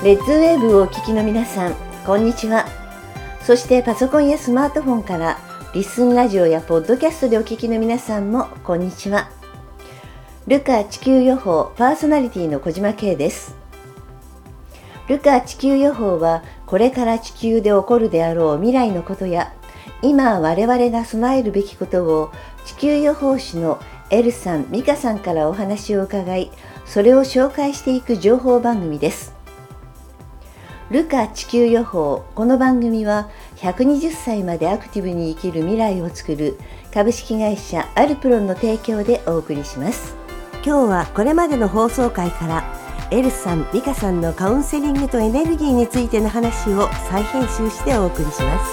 レッズウェーブをお聞きの皆さん、こんにちは。そしてパソコンやスマートフォンからリスンラジオやポッドキャストでお聞きの皆さんもこんにちは。ルカ地球予報パーソナリティの小島慶です。ルカ地球予報はこれから地球で起こるであろう未来のことや今我々が備えるべきことを地球予報士のエルさん、ミカさんからお話を伺い、それを紹介していく情報番組です。ルカ地球予報、この番組は120歳までアクティブに生きる未来を作る株式会社アルプロンの提供でお送りします。今日はこれまでの放送回からエルさん、ミカさんのカウンセリングとエネルギーについての話を再編集してお送りします。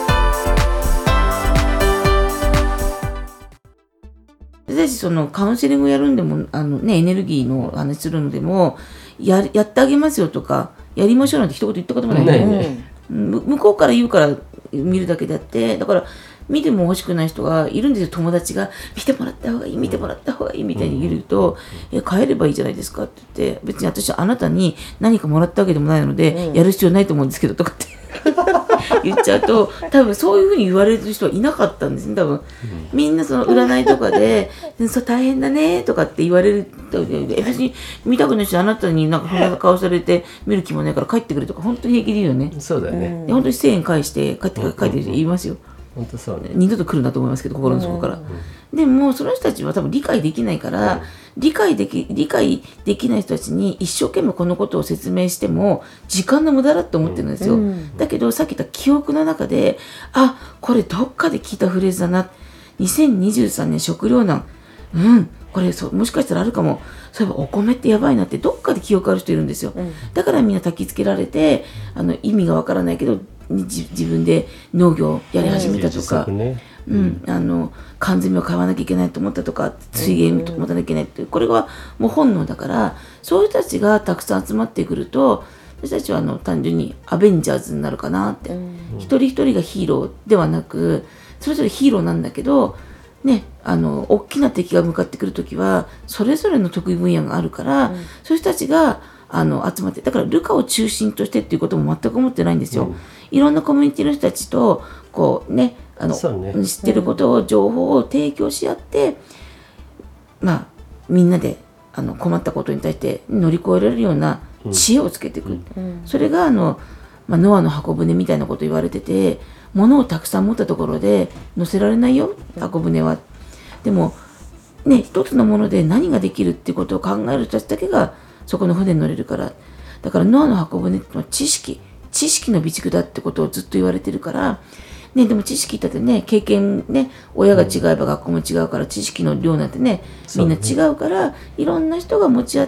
私そのカウンセリングやるんでもエネルギーの話するのでもやってあげますよとかやりましょうなんて一言言ったこともないね。向こうから言うから見るだけであって、だから見ても欲しくない人がいるんですよ。友達が見てもらった方がいいみたいに言うと、帰ればいいじゃないですかって言って、別に私はあなたに何かもらったわけでもないので、やる必要ないと思うんですけどとかって言っちゃうと、多分そういうふうに言われる人はいなかったんですね。多分みんなその占いとかでそう大変だねとかって言われると、別に見たくないし、あなたになんかそんな顔されて見る気もないから帰ってくれとか本当に平気で言うよね。 そうだね。 で本当に1000円返して帰って言いますよ。 本当そうね。 二度と来るなと思いますけど、心の底から。でもその人たちは多分理解できないから、理解できない人たちに一生懸命このことを説明しても時間の無駄だと思ってるんですよ。だけどさっき言った記憶の中で、これどっかで聞いたフレーズだな。2023年食糧難。これもしかしたらあるかも。そういえばお米ってやばいなってどっかで記憶ある人いるんですよ。だからみんな焚き付けられて、意味がわからないけど自分で農業やり始めたとか、缶詰を買わなきゃいけないと思ったとか、水源を持たなきゃいけないって、これがもう本能だから、そういう人たちがたくさん集まってくると、私たちは単純にアベンジャーズになるかなって、一人一人がヒーローではなく、それぞれヒーローなんだけどね、大きな敵が向かってくるときはそれぞれの得意分野があるから、そういう人たちが集まって、だからルカを中心としてっていうことも全く思ってないんですよ。いろんなコミュニティの人たちとこうね、知ってることを、情報を提供し合って、みんなで困ったことに対して乗り越えられるような知恵をつけていく、それがノアの箱舟みたいなこと言われてて、物をたくさん持ったところで乗せられないよ、箱舟は。でもね、一つのもので何ができるっていうことを考える人たちだけがそこの船に乗れるから。だからノアの箱舟ってのは知識の備蓄だってことをずっと言われてるからね。でも知識だってね、経験ね、親が違えば学校も違うから、知識の量なんてね、みんな違うから、いろんな人が持ち合って、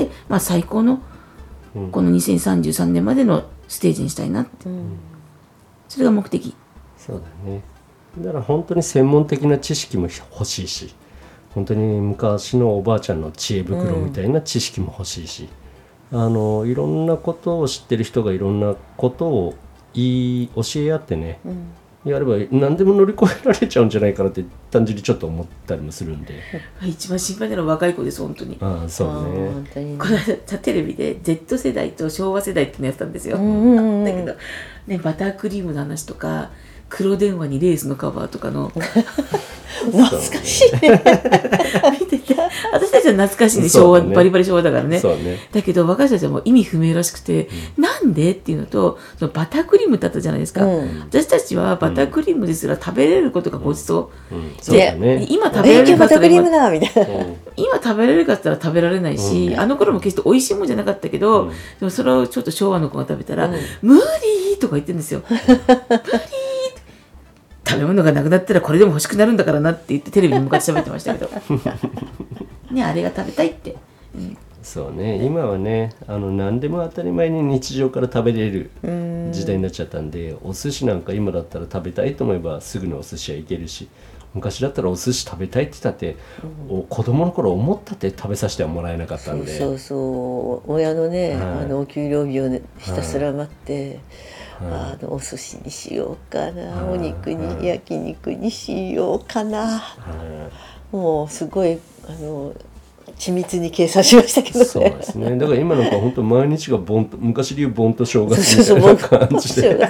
最高のこの2033年までのステージにしたいなって、それが目的。 そうだね。だから本当に専門的な知識も欲しいし、本当に昔のおばあちゃんの知恵袋みたいな知識も欲しいし、いろんなことを知ってる人がいろんなことを教え合ってね、やれば何でも乗り越えられちゃうんじゃないかなって単純にちょっと思ったりもするんで。 一番心配なのは若い子です、本当に。 そうね。 この間テレビで Z 世代と昭和世代ってのやったんですよ。だけどね、バタークリームの話とか、黒電話にレースのカバーとかの懐かしいね見てて、私たちは懐かしいね、昭和、バリバリ昭和だからね。だけど若い人たちはもう意味不明らしくて、なんでっていうのと、そのバタークリームってあったじゃないですか。私たちはバタークリームですら食べれることがごちそう。で、今食べられるかったら今食べられるかったら食べられないし、あの頃も決して美味しいもんじゃなかったけど、でもそれをちょっと昭和の子が食べたら、無理とか言ってるんですよ。無理食べ物がなくなったらこれでも欲しくなるんだからなって言ってテレビに向かって喋ってましたけどね、あれが食べたいって、 そうね。今はね、何でも当たり前に日常から食べれる時代になっちゃったんで、お寿司なんか今だったら食べたいと思えばすぐにお寿司は行けるし、昔だったらお寿司食べたいって言ったって、子供の頃思ったって食べさせてはもらえなかったんで。 そう親のね、お給料日を、ね、ひたすら待って、お寿司にしようかな、お肉に、焼肉にしようかな、もうすごい緻密に計算しましたけどね。 そうですね。だから今なんか本当毎日が昔でいう盆と正月みたいな感じで。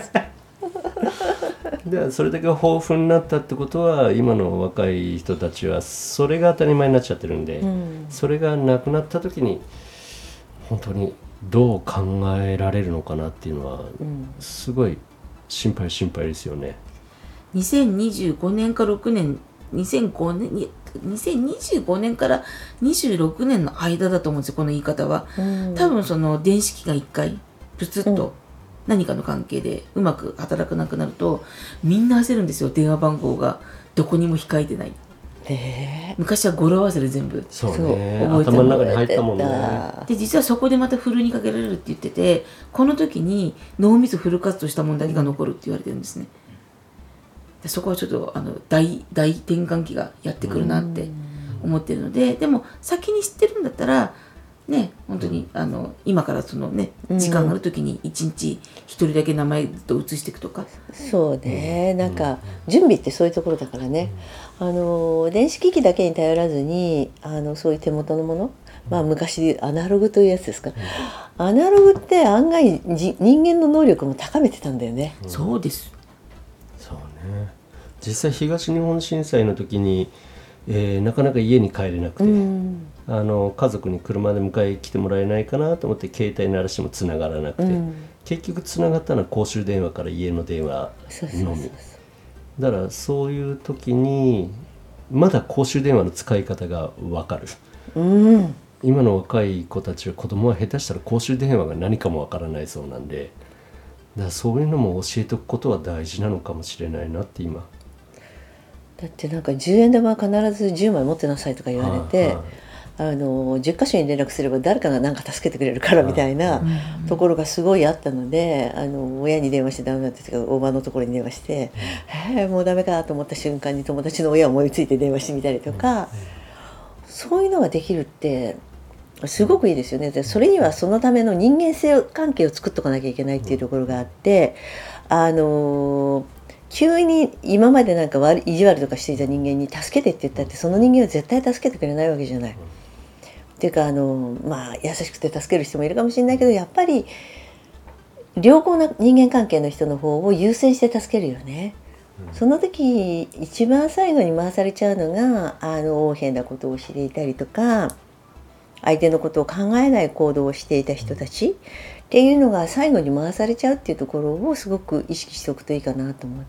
でそれだけ豊富になったってことは今の若い人たちはそれが当たり前になっちゃってるんで、それがなくなった時に本当にどう考えられるのかなっていうのはすごい心配ですよね。 2025年か6年2025年から26年の間だと思うんですよ、この言い方は。多分その電子機が1回プツッと何かの関係でうまく働かなくなると、みんな焦るんですよ。電話番号がどこにも控えてない。昔は語呂合わせで全部そうね、 覚えて頭の中に入ったもんね。 で実はそこでまたフルにかけられるって言ってて、この時に脳みそフル活動したものだけが残るって言われてるんですね。でそこはちょっと大転換期がやってくるなって思ってるので、でも先に知ってるんだったらね、本当に今からそのね時間がある時に1日1人だけ名前と移していくとか。 そうね、なんか準備ってそういうところだからね、電子機器だけに頼らずにそういう手元のもの、まあ昔でアナログというやつですか、アナログって案外人間の能力も高めてたんだよね。 そうです。 そうね、実際東日本震災の時に、なかなか家に帰れなくて、家族に車で迎え来てもらえないかなと思って携帯鳴らしてもつながらなくて、結局つながったのは公衆電話から家の電話のみ。だからそういう時にまだ公衆電話の使い方が分かる、今の若い子たちは子供は下手したら公衆電話が何かも分からないそうなんで、だからそういうのも教えておくことは大事なのかもしれないなって今。 だってなんか10円玉は必ず10枚持ってなさいとか言われて、10箇所に連絡すれば誰かが何か助けてくれるからみたいなところがすごいあったので、親に電話してダメなんですけど、おばのところに電話して「もうダメか」と思った瞬間に友達の親を思いついて電話してみたりとか、そういうのができるってすごくいいですよね。でそれにはそのための人間性関係を作っとかなきゃいけないっていうところがあって、急に今までなんか意地悪とかしていた人間に助けてって言ったってその人間は絶対助けてくれないわけじゃない。っていうかまあ優しくて助ける人もいるかもしれないけど、やっぱり良好な人間関係の人の方を優先して助けるよね。その時一番最後に回されちゃうのが横柄なことをしていたりとか、相手のことを考えない行動をしていた人たちっていうのが最後に回されちゃうっていうところをすごく意識しておくといいかなと思って、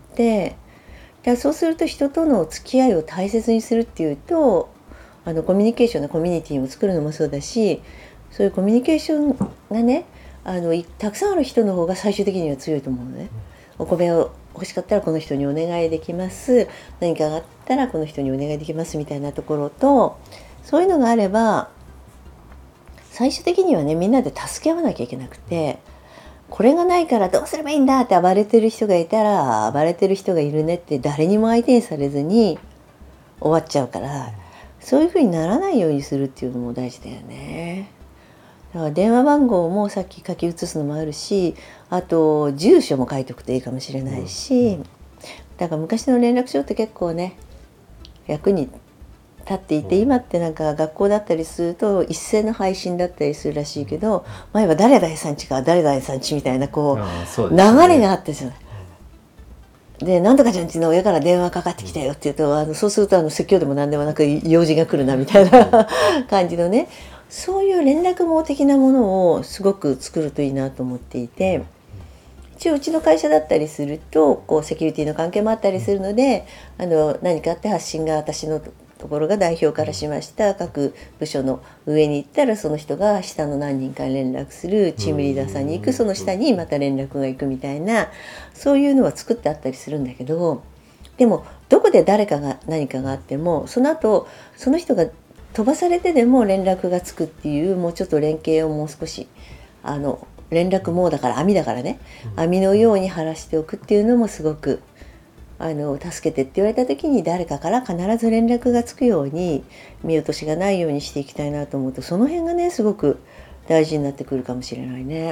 そうすると人との付き合いを大切にするっていうと、コミュニケーションのコミュニティを作るのもそうだし、そういうコミュニケーションがねたくさんある人の方が最終的には強いと思うのね。お米を欲しかったらこの人にお願いできます、何かがあったらこの人にお願いできますみたいなところと、そういうのがあれば最終的にはねみんなで助け合わなきゃいけなくて、これがないからどうすればいいんだって暴れてる人がいたら、暴れてる人がいるねって誰にも相手にされずに終わっちゃうから、そういうふうにならないようにするっていうのも大事だよね。だから電話番号もさっき書き写すのもあるし、あと住所も書いておくといいかもしれないし、だから昔の連絡帳って結構ね役に立っていて、今ってなんか学校だったりすると一斉の配信だったりするらしいけど、前は誰々さんちか誰々さんちみたいなこう流れがあったじゃない。でなんとかちゃんちの親から電話かかってきたよって言うとそうすると説教でも何でもなく用事が来るなみたいな感じのね、そういう連絡網的なものをすごく作るといいなと思っていて、一応うちの会社だったりするとこうセキュリティの関係もあったりするので、何かあって発信が私のところが代表からしました、各部署の上に行ったらその人が下の何人かに連絡する、チームリーダーさんに行く、その下にまた連絡が行くみたいな、そういうのは作ってあったりするんだけど、でもどこで誰かが何かがあってもその後その人が飛ばされてでも連絡がつくっていう、もうちょっと連携をもう少し連絡網だから網だからね、網のように張らしておくっていうのもすごく助けてって言われた時に誰かから必ず連絡がつくように、見落としがないようにしていきたいなと思うと、その辺がねすごく大事になってくるかもしれないね。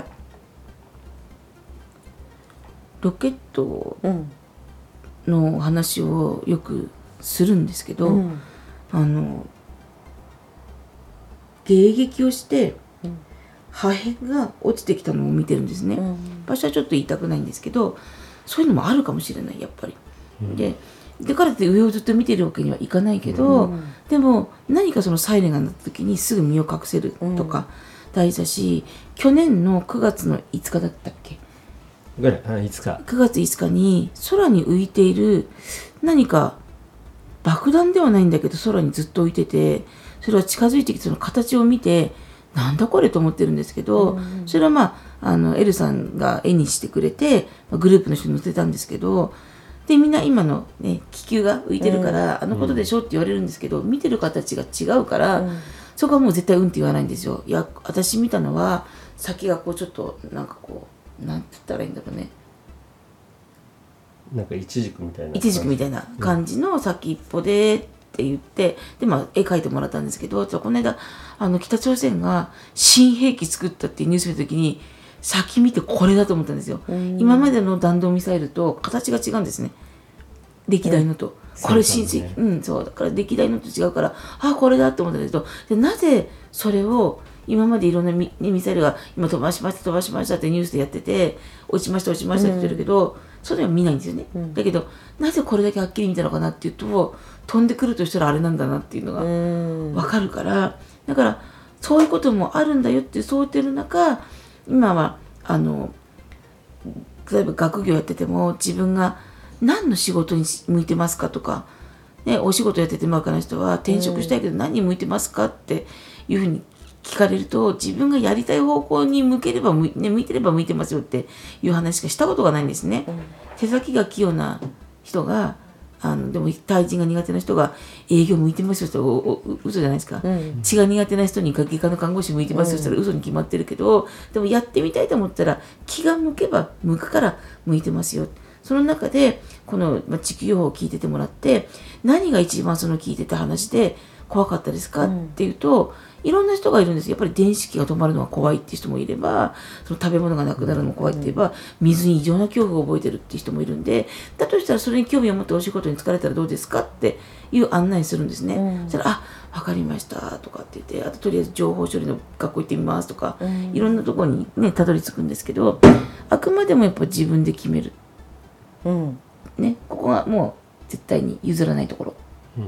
ロケットの話をよくするんですけど、 迎撃をして破片が落ちてきたのを見てるんですね、場所はちょっと言いたくないんですけど、そういうのもあるかもしれないやっぱり、でからって上をずっと見てるわけにはいかないけど、でも何かそのサイレンが鳴った時にすぐ身を隠せるとか大事だし、去年の9月の5日だったっけ、 5日 9月5日に空に浮いている何か爆弾ではないんだけど空にずっと浮いてて、それは近づいてきてその形を見てなんだこれと思ってるんですけど、それはエルさんが絵にしてくれてグループの人に載せたんですけど、でみんな今の、ね、気球が浮いてるから、あのことでしょって言われるんですけど、見てる形が違うから、そこはもう絶対って言わないんですよ。いや私見たのは先がこうちょっとなんかこうなんて言ったらいいんだろうね、 なんかイチジクみたいな感じの先っぽでって言って、で絵描いてもらったんですけど、この間北朝鮮が新兵器作ったっていうニュース見た時に先見てこれだと思ったんですよ。今までの弾道ミサイルと形が違うんですね、歴代のと、これ新世紀、そうだから歴代のと違うから、これだと思ったんですけど、でなぜそれを今までいろんなミサイルが今飛ばしましたってニュースでやってて、落ちましたって言ってるけど、それは見ないんですよね、だけどなぜこれだけはっきり見たのかなっていうと、飛んでくるとしたらあれなんだなっていうのが分かるから、だからそういうこともあるんだよって想定の中、今は例えば学業やってても自分が何の仕事に向いてますかとか、ね、お仕事やっててうまくいかない人は転職したいけど何に向いてますかっていうふうに聞かれると、自分がやりたい方向に向いてれば向いてますよっていう話しかしたことがないんですね、手先が器用な人がでも対人が苦手な人が営業向いてますよって嘘じゃないですか、血が苦手な人に外科の看護師向いてますよって言ったら嘘に決まってるけど、でもやってみたいと思ったら気が向けば向くから向いてますよ。その中でこの地球予報を聞いててもらって、何が一番その聞いてた話で怖かったですかっていうと、いろんな人がいるんです。やっぱり電子機が止まるのが怖いっていう人もいれば、その食べ物がなくなるのが怖いって言えば、水に異常な恐怖を覚えてるっていう人もいるんで、だとしたらそれに興味を持ってお仕事に疲れたらどうですかっていう案内するんですね、そしたら分かりましたとかって言って、あととりあえず情報処理の学校行ってみますとか、いろんなところにねたどり着くんですけど、あくまでもやっぱ自分で決める、ね、ここがもう絶対に譲らないところ、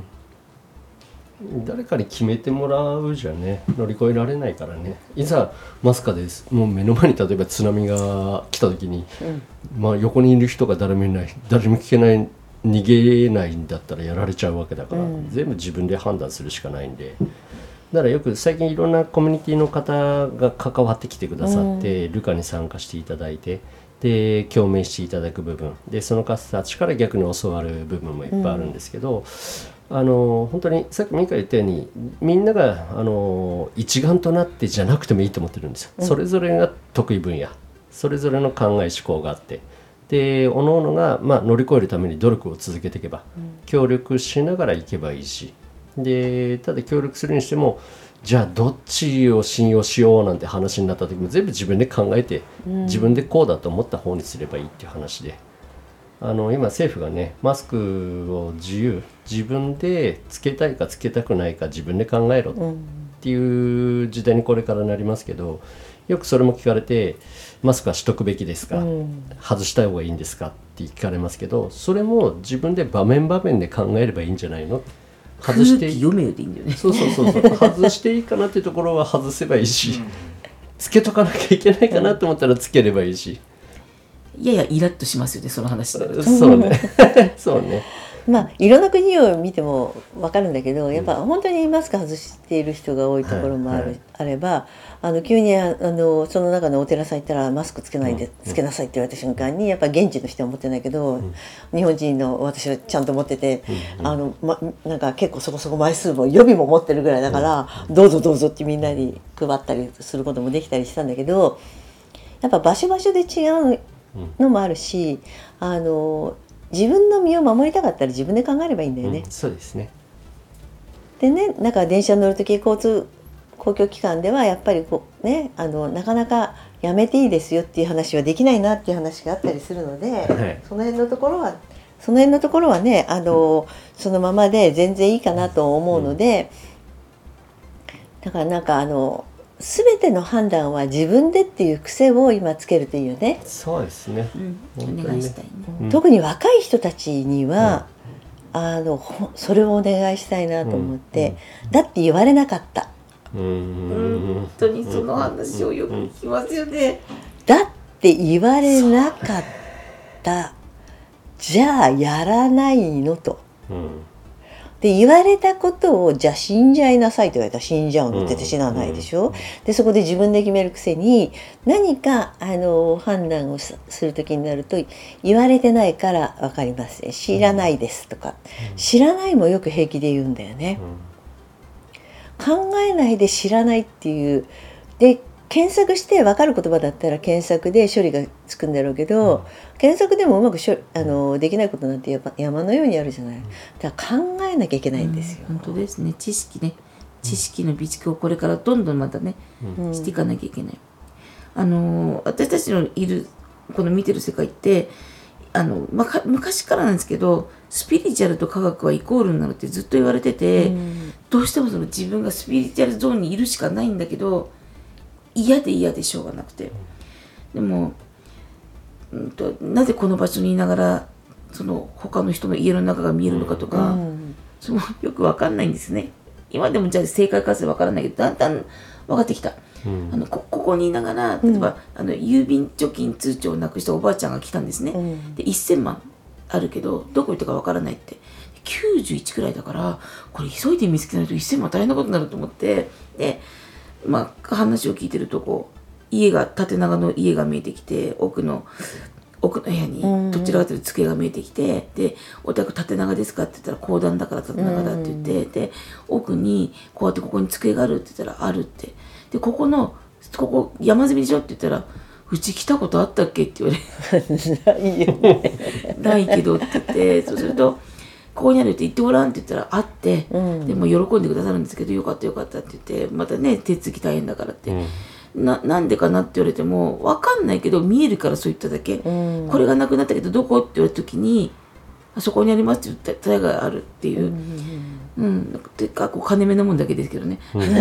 誰かに決めてもらうじゃね乗り越えられないからね。いざマスカです、もう目の前に例えば津波が来た時に、横にいる人が誰も聞けない、逃げないんだったらやられちゃうわけだから、全部自分で判断するしかないんで、だからよく最近いろんなコミュニティの方が関わってきてくださって、ルカに参加していただいて、で共鳴していただく部分で、その方たちから逆に教わる部分もいっぱいあるんですけど、本当にさっきミカ言ったように、みんなが一丸となってじゃなくてもいいと思ってるんですよ、それぞれが得意分野、それぞれの考え思考があって、で各々が、乗り越えるために努力を続けていけば、協力しながらいけばいいし、でただ協力するにしても、じゃあどっちを信用しようなんて話になった時も全部自分で考えて、自分でこうだと思った方にすればいいっていう話で、今政府がねマスクを自分でつけたいかつけたくないか自分で考えろっていう時代にこれからなりますけど、よくそれも聞かれて、マスクはしとくべきですか、外した方がいいんですかって聞かれますけど、それも自分で場面場面で考えればいいんじゃないの、 外して読めよでいいんだよね。 そう外していいかなっていうところは外せばいいし、つけとかなきゃいけないかなと思ったらつければいいし、 いやいやイラッとしますよね、その話で。 そうねそうね。 いろんな国を見ても分かるんだけど、やっぱ本当にマスク外している人が多いところもあれば、急にその中のお寺さん行ったらマスクつけないで、つけなさいって言われた瞬間に、やっぱ現地の人は持ってないけど、日本人の私はちゃんと持ってて、なんか結構そこそこ枚数も予備も持ってるぐらいだから、どうぞどうぞってみんなに配ったりすることもできたりしたんだけど、やっぱ場所場所で違うのもあるし、自分の身を守りたかったら自分で考えればいいんだよね。 そうですね。 でね、なんか電車に乗るとき公共機関ではやっぱりなかなかやめていいですよっていう話はできないなっていう話があったりするので、その辺のところはね、そのままで全然いいかなと思うので、 だからなんか全ての判断は自分でっていう癖を今つけるといいよね。 そうですね、 お願いしたいね。 特に若い人たちには、それをお願いしたいなと思って、だって言われなかった、 本当にその話をよく聞きますよね。 だって言われなかった、じゃあやらないのと、で言われたことをじゃあ死んじゃいなさいと言われたら死んじゃうのって死なないでしょ。でそこで自分で決めるくせに何か判断をする時になると言われてないから分かりません、知らないですとか、知らないもよく平気で言うんだよね。考えないで知らないっていうで検索して分かる言葉だったら検索で処理がつくんだろうけど、検索でもうまくできないことなんて山のようにあるじゃない。だから考えなきゃいけないんですよ。 本当ですね。知識の備蓄をこれからどんどんまたね、していかなきゃいけない。私たちのいるこの見てる世界って昔からなんですけど、スピリチュアルと科学はイコールになるってずっと言われてて、どうしてもその自分がスピリチュアルゾーンにいるしかないんだけど、嫌でしょうがなくて、でも、なぜこの場所にいながらその他の人の家の中が見えるのかとか、よく分かんないんですね。今でもじゃあ正解かつ分からないけど、だんだん分かってきた。ここにいながら例えば、郵便貯金通帳をなくしたおばあちゃんが来たんですね。で1000万あるけどどこ行ったか分からないって、91くらいだからこれ急いで見つけないと1000万大変なことになると思って、で話を聞いてると縦長の家が見えてきて、奥の部屋にどちらかというと机が見えてきて、でお宅縦長ですかって言ったら公団だから縦長だって言って、で奥にこうやってここに机があるって言ったらあるって、でここ山積みでしょって言ったら、うち来たことあったっけって言われないよねないけどって言って、そうするとここにあるって言ってごらんって言ったらあって、でも喜んでくださるんですけど、よかったって言って、またね手続き大変だからって、なんでかなって言われても分かんないけど見えるからそう言っただけ、これがなくなったけどどこって言われた時に、あそこにありますって言ったらがあるっていう、てか金目のもんだけですけどね、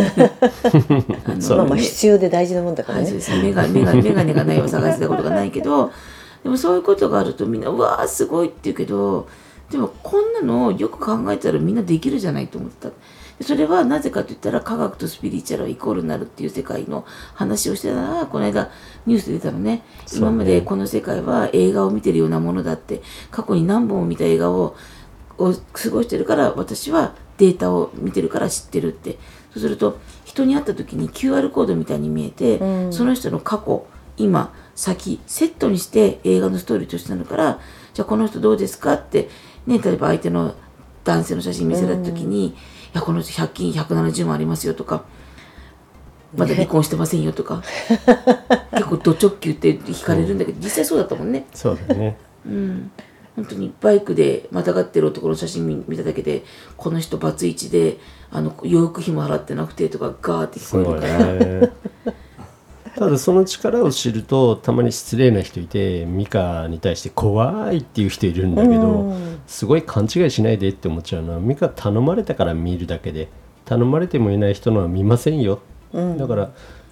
必要で大事なもんだからね。 そうですね、メガネがないを探してたことがないけど、でもそういうことがあるとみんなうわーすごいって言うけど、でもこんなのよく考えたらみんなできるじゃないと思ってた。それはなぜかといったら、科学とスピリチュアルはイコールになるっていう世界の話をしてたら、この間ニュースで出たのね。今までこの世界は映画を見てるようなものだって、過去に何本も見た映画を過ごしてるから、私はデータを見てるから知ってるって。そうすると人に会った時に QR コードみたいに見えて、その人の過去、今、先セットにして映画のストーリーとしてなるから、じゃあこの人どうですかってね、例えば相手の男性の写真見せられた時に、いやこの人100金170万ありますよとか、まだ離婚してませんよとか結構ド直球って惹かれるんだけど、実際そうだったもんね。 そうだね。 本当にバイクでまたがってる男の写真見ただけで、この人バツイチで養育費も払ってなくてとかガーって聞こえるから、 ただその力を知ると、たまに失礼な人いて、ミカに対して怖いっていう人いるんだけど、すごい勘違いしないでって思っちゃうのは、ミカ頼まれたから見るだけで、頼まれてもいない人のは見ませんよ、だから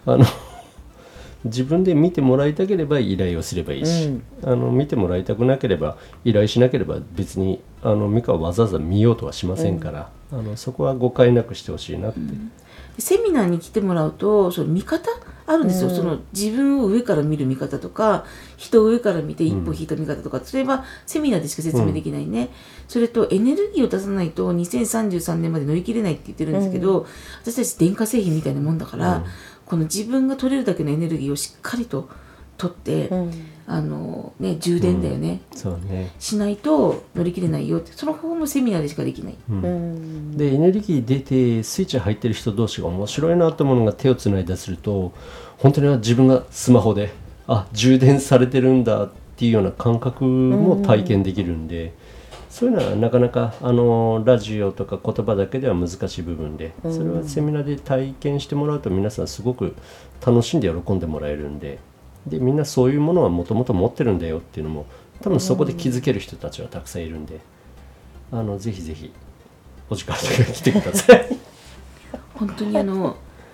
自分で見てもらいたければ依頼をすればいいし、見てもらいたくなければ依頼しなければ別にミカはわざわざ見ようとはしませんから、そこは誤解なくしてほしいなって、 セミナーに来てもらうとその見方あるんですよ、その自分を上から見る見方とか、人を上から見て一歩引いた見方とか、それはセミナーでしか説明できないね、それとエネルギーを出さないと2033年まで乗り切れないって言ってるんですけど、私たち電化製品みたいなもんだから、この自分が取れるだけのエネルギーをしっかりと取って、充電だよね、 そうね、 しないと乗り切れないよって、その方法もセミナーでしかできない、 でエネルギー出てスイッチ入ってる人同士が面白いなと思うのが、手をつないだすると本当に自分がスマホで充電されてるんだっていうような感覚も体験できるんで、そういうのはなかなかラジオとか言葉だけでは難しい部分で、それはセミナーで体験してもらうと皆さんすごく楽しんで喜んでもらえるんで、みんなそういうものはもともと持ってるんだよっていうのも多分そこで気づける人たちはたくさんいるんで、ぜひぜひお時間が来てください本当に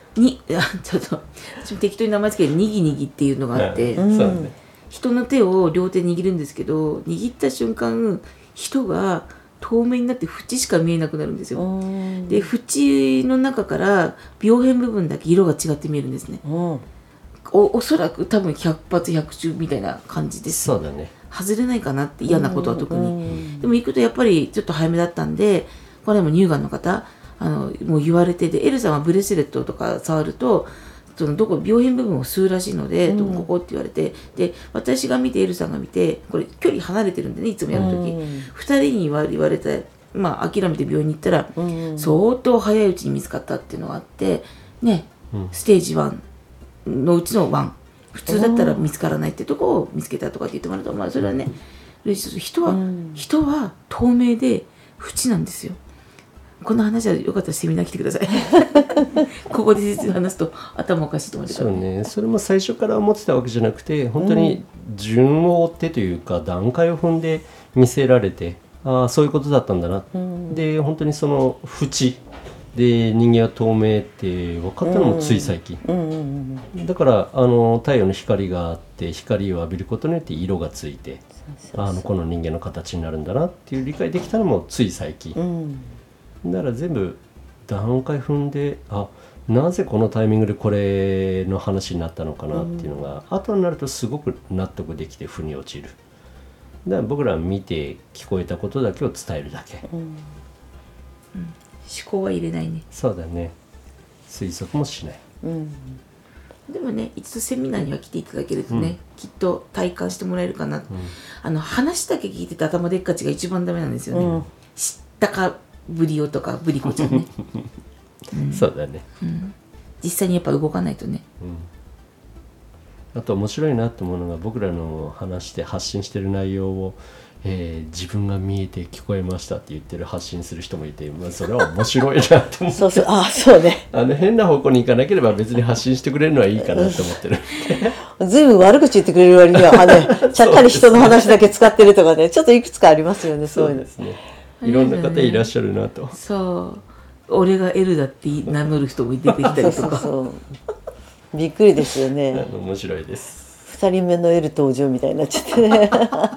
ちょっと私も適当に名前つけてにぎにぎっていうのがあって、 そうね。 人の手を両手握るんですけど、握った瞬間人が透明になって縁しか見えなくなるんですよ。で縁の中から病変部分だけ色が違って見えるんですね。おそらく多分100発100中みたいな感じです。 そうだね。 外れないかなって、嫌なことは特に。でも行くとやっぱりちょっと早めだったんで、これも乳がんの方もう言われてて、エルさんはブレスレットとか触るとそのどこ病変部分を吸うらしいので、ここって言われて、で私が見てエルさんが見て、これ距離離れてるんでね、いつもやる時、2人に言われて、諦めて病院に行ったら、相当早いうちに見つかったっていうのがあってね、ステージ1のうちの1、普通だったら見つからないってとこを見つけたとかって言ってもらうと、それはね嬉しい。人は透明で縁なんですよ。この話はよかったらセミナー来てください。ここで話すと頭おかしいと思ってそうね。それも最初から思ってたわけじゃなくて、本当に順を追ってというか、段階を踏んで見せられて、そういうことだったんだな、で本当にその縁で人間は透明って分かったのもつい最近、だから太陽の光があって光を浴びることによって色がついて、この人間の形になるんだなっていう理解できたのもつい最近、だから全部段階踏んで、なぜこのタイミングでこれの話になったのかなっていうのが、後になるとすごく納得できて腑に落ちる。だから僕ら見て聞こえたことだけを伝えるだけ、 思考は入れないね。 そうだね。推測もしない、 でもね、一度セミナーには来ていただけるとね、きっと体感してもらえるかな、話だけ聞いてて頭でっかちが一番ダメなんですよね、知ったかぶりおとかぶりこちゃんね、 そうだね、 実際にやっぱ動かないとね、 あと面白いなって思うのが、僕らの話して発信してる内容を、自分が見えて聞こえましたって言ってる発信する人もいて、それは面白いなって思ってそうね。 変な方向に行かなければ別に発信してくれるのはいいかなって思ってる。 ずいぶん悪口言ってくれる割にはね、ちゃっかり人の話だけ使ってるとかね、ちょっといくつかありますよね、そういうの。 そうですね。いろんな方いらっしゃるなと。 そう俺が L だって名乗る人も出てきたりとかそうびっくりですよね。 面白いです。 2人目の L 登場みたいになっちゃってね。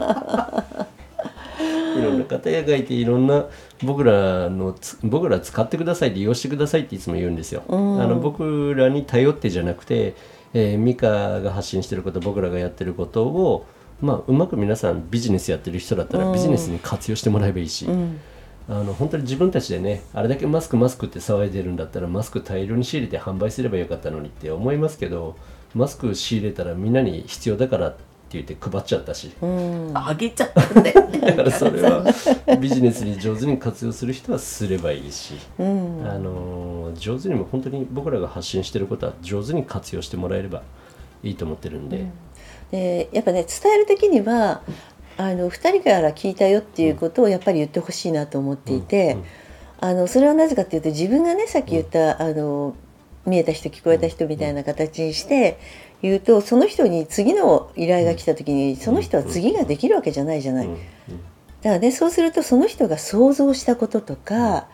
いろんな方がいて、いろんな僕ら使ってください、利用してくださいっていつも言うんですよ。僕らに頼ってじゃなくて、ミカが発信してること、僕らがやってることを、うまく皆さんビジネスやってる人だったらビジネスに活用してもらえばいいし、本当に自分たちでね、あれだけマスクって騒いでるんだったらマスク大量に仕入れて販売すればよかったのにって思いますけど、マスク仕入れたらみんなに必要だからって言って配っちゃったし、 あげちゃったんだよね。 だからそれはビジネスに上手に活用する人はすればいいし、上手にも本当に僕らが発信してることは上手に活用してもらえればいいと思ってるんで、 やっぱね、伝える時には2人から聞いたよっていうことをやっぱり言ってほしいなと思っていて、それはなぜかっていうと、自分がね、さっき言った見えた人聞こえた人みたいな形にして言うと、その人に次の依頼が来た時にその人は次ができるわけじゃないじゃない。だからね、そうするとその人が想像したこととか、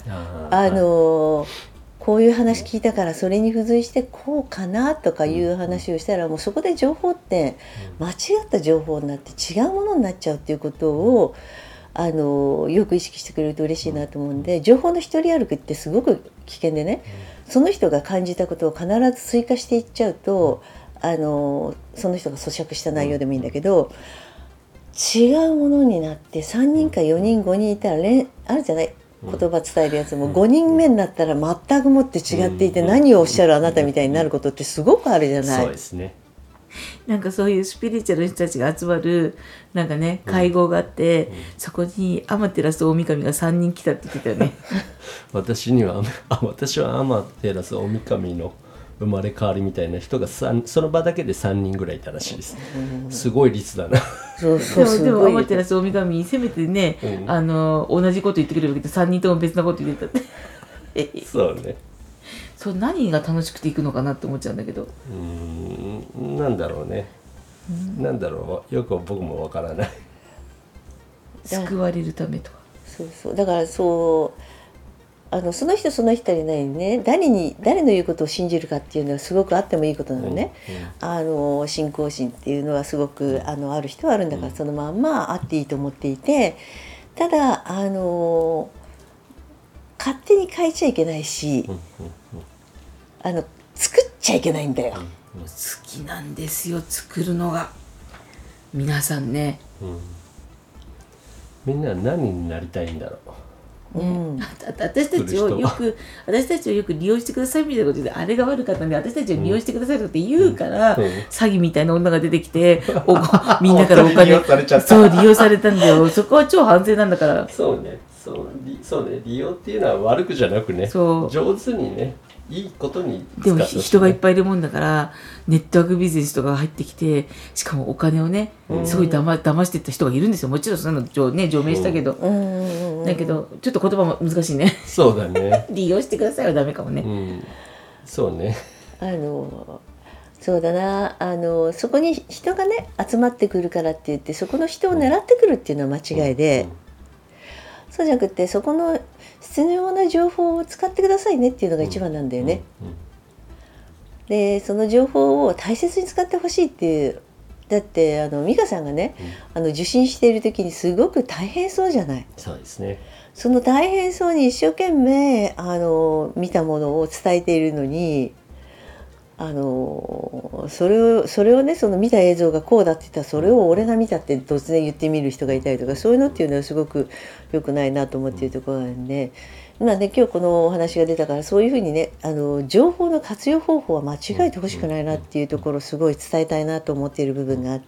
こういう話聞いたからそれに付随してこうかなとかいう話をしたら、もうそこで情報って間違った情報になって違うものになっちゃうっていうことをよく意識してくれると嬉しいなと思うんで、情報の一人歩きってすごく危険でね、その人が感じたことを必ず追加していっちゃうと、その人が咀嚼した内容でもいいんだけど、違うものになって3人か4人5人いたらあるじゃない、言葉伝えるやつも5人目になったら全くもって違っていて、何をおっしゃるあなたみたいになることってすごくあるじゃない。 そうですね。 なんかそういうスピリチュアルの人たちが集まるなんかね、会合があって、そこにアマテラス大神が3人来たって言ってたよね。 私はアマテラス大神の生まれ変わりみたいな人がその場だけで3人ぐらいいたらしいです。すごい率だな。 でもアマテラス大神せめてね、同じこと言ってくれるけど3人とも別なこと言ってたって。 そうね。 そう、何が楽しくていくのかなって思っちゃうんだけど。 なんだろうね。なんだろう、よく僕もわからない。 救われるためとか。 だからその人その人にね、誰の言うことを信じるかっていうのはすごくあってもいいことなのね、信仰心っていうのはすごくある人はあるんだから、そのまんまあっていいと思っていて、ただ勝手に変えちゃいけないし、作っちゃいけないんだよ。 好きなんですよ、作るのが。皆さんね、 みんな何になりたいんだろう。 私たちをよく利用してくださいみたいなことで、あれが悪かったんで私たちを利用してくださいって言うから、詐欺みたいな女が出てきてみんなからお金利用されちゃった。 そう利用されたんだよ。そこは超反省なんだから。 そうね、利用っていうのは悪くじゃなくね、上手にね、いいことに使ってほしいね。 でも人がいっぱいいるもんだから、ネットワークビジネスとかが入ってきて、しかもお金をね、すごい騙していった人がいるんですよ。もちろんそんなのね、除名したけど、だけどちょっと言葉も難しいね。 そうだね。 利用してくださいはダメかもね。 そうね。 そうだな、そこに人がね集まってくるからって言ってそこの人を狙ってくるっていうのは間違いで、そうじゃなくてそこの必要な情報を使ってくださいねっていうのが一番なんだよね。でその情報を大切に使ってほしいっていう。だって美香さんがね、受診している時にすごく大変そうじゃない。 そうですね。 その大変そうに一生懸命見たものを伝えているのに、それをね、その見た映像がこうだって言ったらそれを俺が見たって突然言ってみる人がいたりとか、そういうのっていうのはすごく良くないなと思っているところなんで、今ね今日このお話が出たから、そういうふうにね情報の活用方法は間違えてほしくないなっていうところをすごい伝えたいなと思っている部分があって、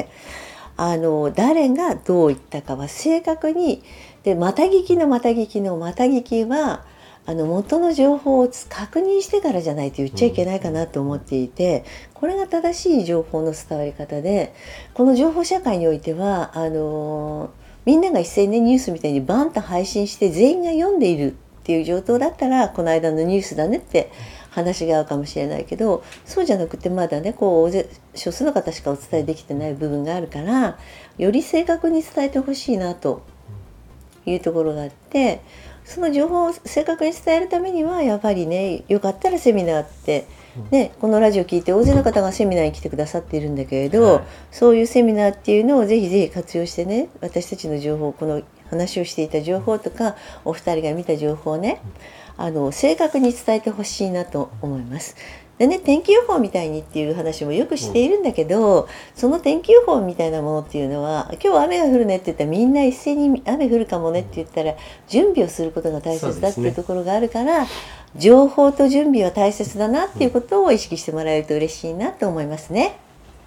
誰がどう言ったかは正確にで、また聞きは元の情報を確認してからじゃないと言っちゃいけないかなと思っていて、これが正しい情報の伝わり方で、この情報社会においてはみんなが一斉にニュースみたいにバンと配信して全員が読んでいるっていう状況だったら、この間のニュースだねって話が合うかもしれないけど、そうじゃなくてまだね少数の方しかお伝えできてない部分があるから、より正確に伝えてほしいなというところがあって、その情報を正確に伝えるためにはやっぱりね、よかったらセミナーってね、このラジオ聞いて大勢の方がセミナーに来てくださっているんだけれど、そういうセミナーっていうのをぜひぜひ活用してね、私たちの情報、この話をしていた情報とかお二人が見た情報をね、正確に伝えてほしいなと思います。でね、天気予報みたいにっていう話もよくしているんだけど、その天気予報みたいなものっていうのは、今日雨が降るねって言ったらみんな一斉に雨降るかもねって言ったら準備をすることが大切だっていうところがあるから、情報と準備は大切だなっていうことを意識してもらえると嬉しいなと思いますね。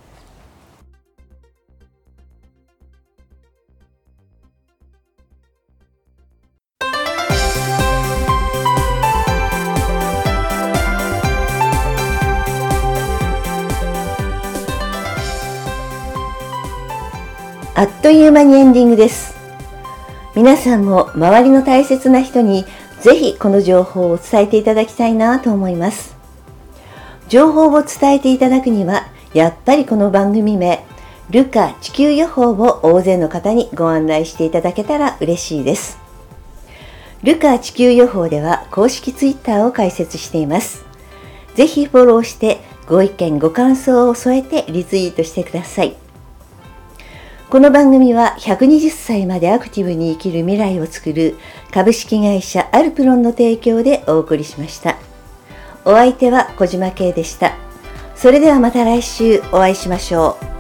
あっという間にエンディングです。皆さんも周りの大切な人にぜひこの情報を伝えていただきたいなと思います。情報を伝えていただくにはやっぱりこの番組名ルカ地球予報を大勢の方にご案内していただけたら嬉しいです。ルカ地球予報では公式ツイッターを開設しています。ぜひフォローしてご意見ご感想を添えてリツイートしてください。この番組は120歳までアクティブに生きる未来を作る株式会社アルプロンの提供でお送りしました。お相手は小島慶でした。それではまた来週お会いしましょう。